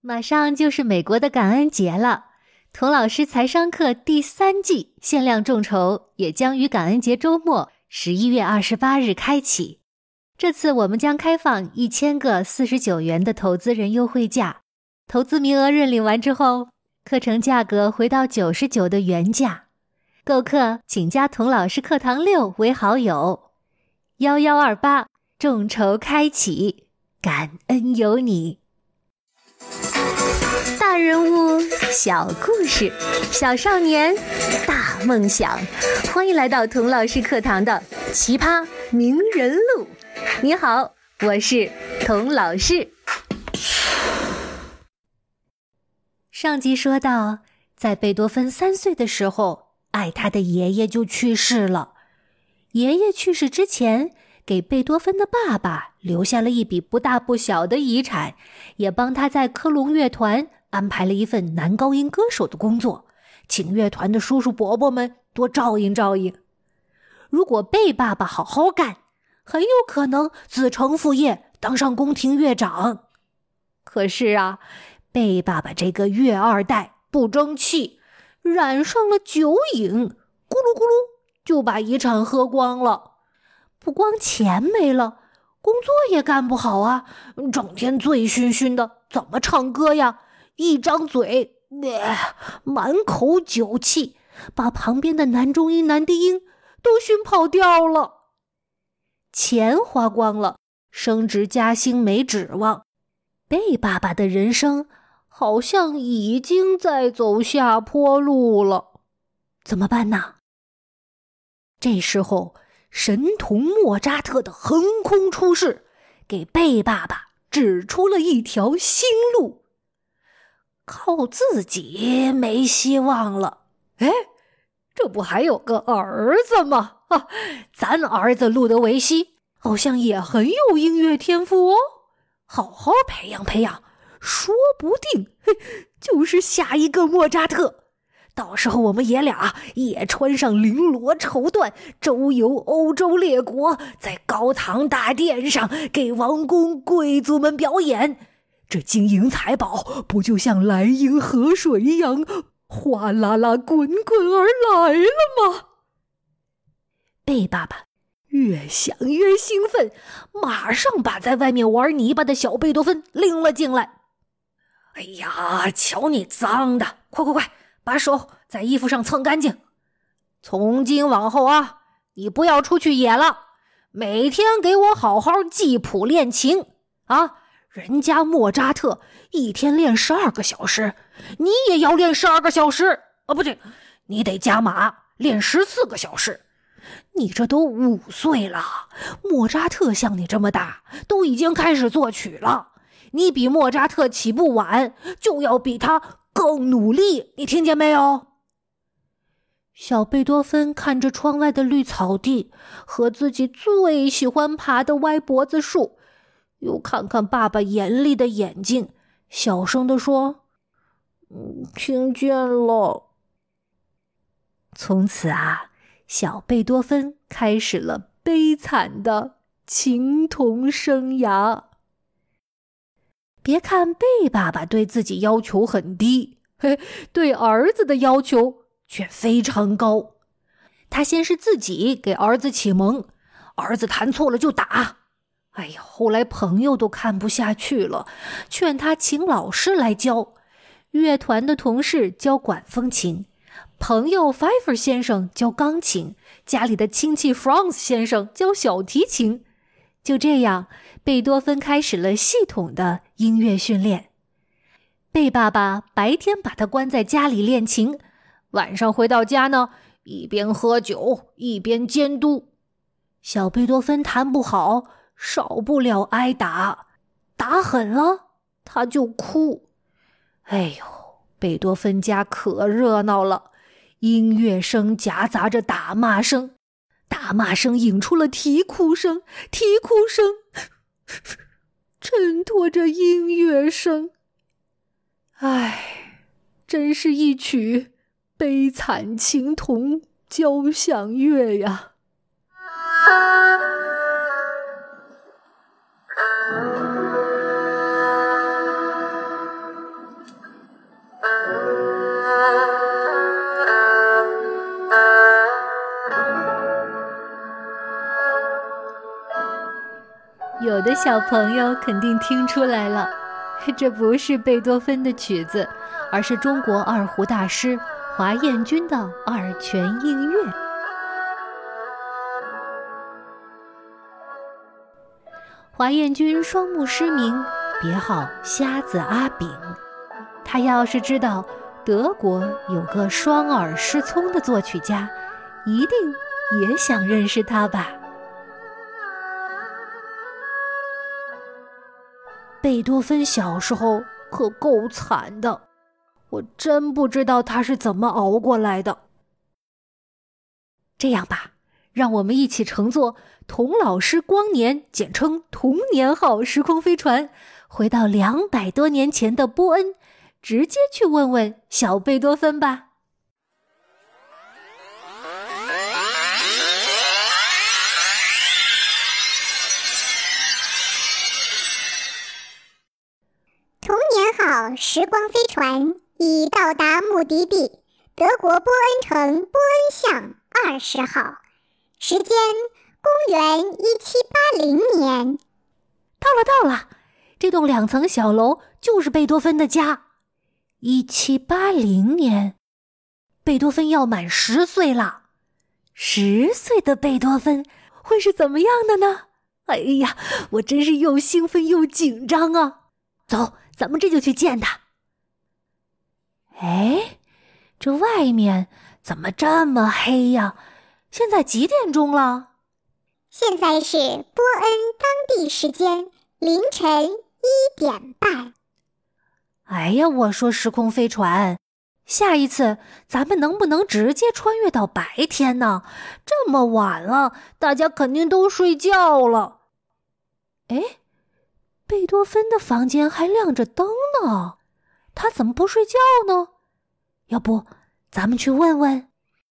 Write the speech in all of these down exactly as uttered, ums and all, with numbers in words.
马上就是美国的感恩节了，童老师财商课第三季限量众筹也将于感恩节周末十一月二十八日开启。这次我们将开放一千个四十九元的投资人优惠价，投资名额认领完之后，课程价格回到九十九的原价。购课请加童老师课堂六为好友，一一二八众筹开启，感恩有你。大人物，小故事，小少年，大梦想。欢迎来到童老师课堂的奇葩名人录。你好，我是童老师。上集说到，在贝多芬三岁的时候，爱他的爷爷就去世了。爷爷去世之前，给贝多芬的爸爸留下了一笔不大不小的遗产，也帮他在科隆乐团安排了一份男高音歌手的工作，请乐团的叔叔伯伯们多照应照应。如果贝爸爸好好干，很有可能子承父业，当上宫廷乐长。可是啊，贝爸爸这个乐二代不争气，染上了酒瘾，咕噜咕噜就把遗产喝光了。不光钱没了，工作也干不好啊，整天醉醺醺的，怎么唱歌呀？一张嘴，呃、满口酒气，把旁边的男中音、男低音都熏跑掉了。钱花光了，升职加薪没指望，贝爸爸的人生好像已经在走下坡路了。怎么办呢？这时候神童莫扎特的横空出世，给贝爸爸指出了一条新路。靠自己没希望了，哎，这不还有个儿子吗？啊，咱儿子路德维希好像也很有音乐天赋哦，好好培养培养，说不定嘿就是下一个莫扎特。到时候我们爷俩也穿上绫罗绸缎，周游欧洲列国，在高堂大殿上给王公贵族们表演。这金银财宝不就像莱茵河水一样哗啦啦滚滚而来了吗？贝爸爸越想越兴奋，马上把在外面玩泥巴的小贝多芬拎了进来。哎呀，瞧你脏的，快快快，把手在衣服上蹭干净。从今往后啊，你不要出去野了，每天给我好好记谱练琴啊！人家莫扎特一天练十二个小时，你也要练十二个小时啊！不对，你得加码练十四个小时。你这都五岁了，莫扎特像你这么大，都已经开始作曲了。你比莫扎特起步晚，就要比他更努力，你听见没有？小贝多芬看着窗外的绿草地和自己最喜欢爬的歪脖子树，又看看爸爸严厉的眼睛，小声地说：嗯，听见了。从此啊，小贝多芬开始了悲惨的琴童生涯。别看贝爸爸对自己要求很低，嘿，对儿子的要求却非常高。他先是自己给儿子启蒙，儿子弹错了就打。哎呀，后来朋友都看不下去了，劝他请老师来教。乐团的同事教管风琴，朋友 Pfeiffer 先生教钢琴，家里的亲戚 Franz 先生教小提琴。就这样，贝多芬开始了系统的音乐训练。贝爸爸白天把他关在家里练琴，晚上回到家呢，一边喝酒一边监督。小贝多芬弹不好，少不了挨打，打狠了他就哭。哎呦，贝多芬家可热闹了，音乐声夹杂着打骂声，打骂声引出了啼哭声，啼哭声衬托着音乐声。唉，真是一曲悲惨琴童交响乐呀。 有的小朋友肯定听出来了，这不是贝多芬的曲子，而是中国二胡大师华彦钧的二泉映月。华彦钧双目失明，别号瞎子阿炳。他要是知道德国有个双耳失聪的作曲家，一定也想认识他吧。贝多芬小时候可够惨的，我真不知道他是怎么熬过来的。这样吧，让我们一起乘坐童老师光年，简称童年号时空飞船，回到两百多年前的波恩，直接去问问小贝多芬吧。 童年号时光飞船已到达目的地，德国波恩城波恩巷二十号，时间公元一七八零年。 到了到了，这栋两层小楼就是贝多芬的家。一七八零年，贝多芬要满十岁了。十岁的贝多芬会是怎么样的呢？哎呀，我真是又兴奋又紧张啊！走，咱们这就去见他。哎，这外面怎么这么黑呀？现在几点钟了？ 现在是波恩当地时间凌晨一点半。 哎呀，我说时空飞船，下一次咱们能不能直接穿越到白天呢？这么晚了，大家肯定都睡觉了。哎，贝多芬的房间还亮着灯呢，他怎么不睡觉呢？要不咱们去问问？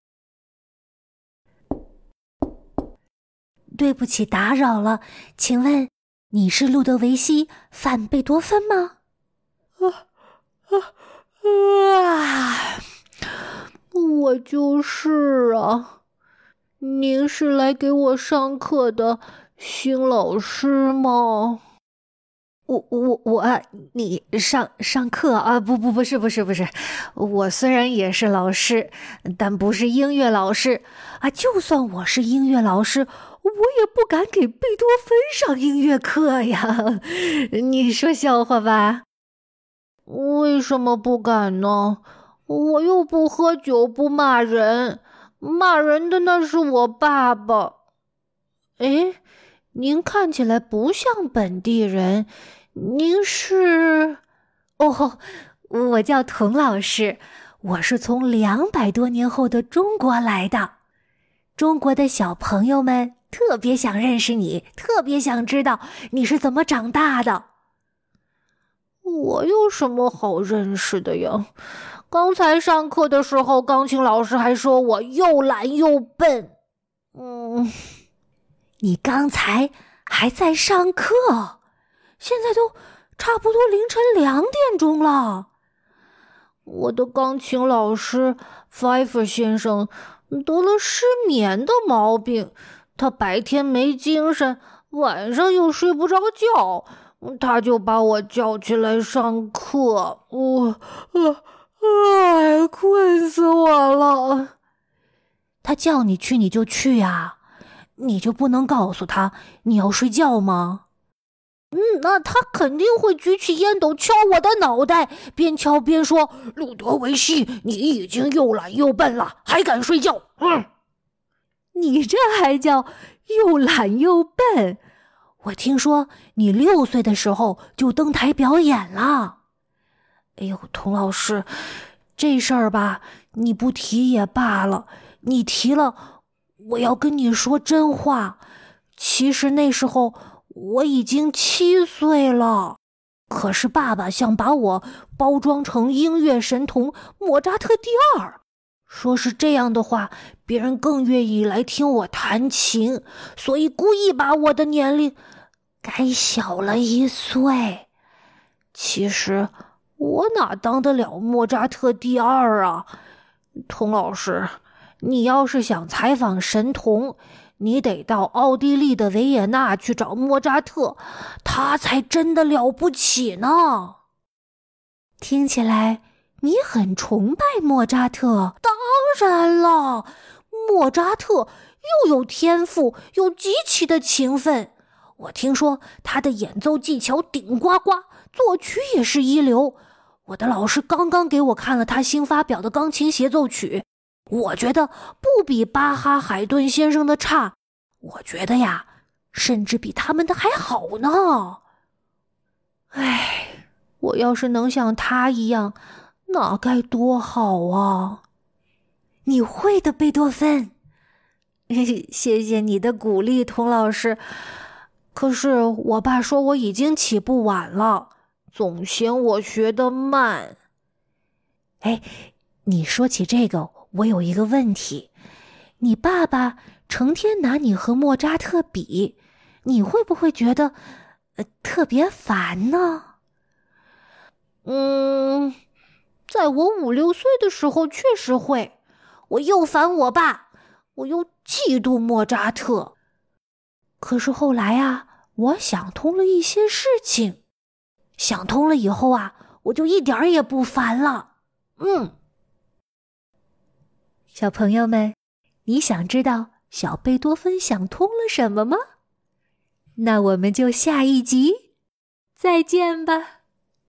对不起，打扰了，请问你是路德维希·范贝多芬吗？啊啊啊！我就是啊。您是来给我上课的新老师吗？我我我，你上上课啊？不不不是不是不是，我虽然也是老师，但不是音乐老师啊。就算我是音乐老师，我也不敢给贝多芬上音乐课呀。你说笑话吧？为什么不敢呢？我又不喝酒，不骂人，骂人的那是我爸爸。诶，您看起来不像本地人，您是……哦，我叫童老师，我是从两百多年后的中国来的。中国的小朋友们特别想认识你，特别想知道你是怎么长大的。我有什么好认识的呀？刚才上课的时候，钢琴老师还说我又懒又笨。嗯，你刚才还在上课，现在都差不多凌晨两点钟了。我的钢琴老师 Pfeiffer 先生得了失眠的毛病，他白天没精神，晚上又睡不着觉，他就把我叫起来上课。我，呃，哎，困死我了。他叫你去你就去呀，你就不能告诉他你要睡觉吗？嗯，那他肯定会举起烟斗敲我的脑袋，边敲边说：“路德维希，你已经又懒又笨了，还敢睡觉？”嗯，你这还叫又懒又笨？我听说你六岁的时候就登台表演了。哎呦，童老师，这事儿吧，你不提也罢了，你提了，我要跟你说真话。其实那时候我已经七岁了，可是爸爸想把我包装成音乐神童莫扎特第二，说是这样的话，别人更愿意来听我弹琴，所以故意把我的年龄改小了一岁。其实我哪当得了莫扎特第二啊？童老师，你要是想采访神童， 你得到奥地利的维也纳去找莫扎特，他才真的了不起呢。听起来你很崇拜莫扎特。当然了，莫扎特又有天赋，又极其的勤奋。我听说他的演奏技巧顶呱呱，作曲也是一流。我的老师刚刚给我看了他新发表的钢琴协奏曲，我觉得不比巴哈海顿先生的差，我觉得呀，甚至比他们的还好呢。唉，我要是能像他一样，那该多好啊！你会的，贝多芬。谢谢你的鼓励，童老师。可是我爸说我已经起步晚了，总嫌我学得慢。哎，你说起这个，我有一个问题。你爸爸成天拿你和莫扎特比，你会不会觉得、呃、特别烦呢？嗯，在我五六岁的时候确实会，我又烦我爸，我又嫉妒莫扎特。可是后来啊，我想通了一些事情，想通了以后啊，我就一点儿也不烦了。嗯，小朋友们，你想知道小贝多芬想通了什么吗？那我们就下一集再见吧。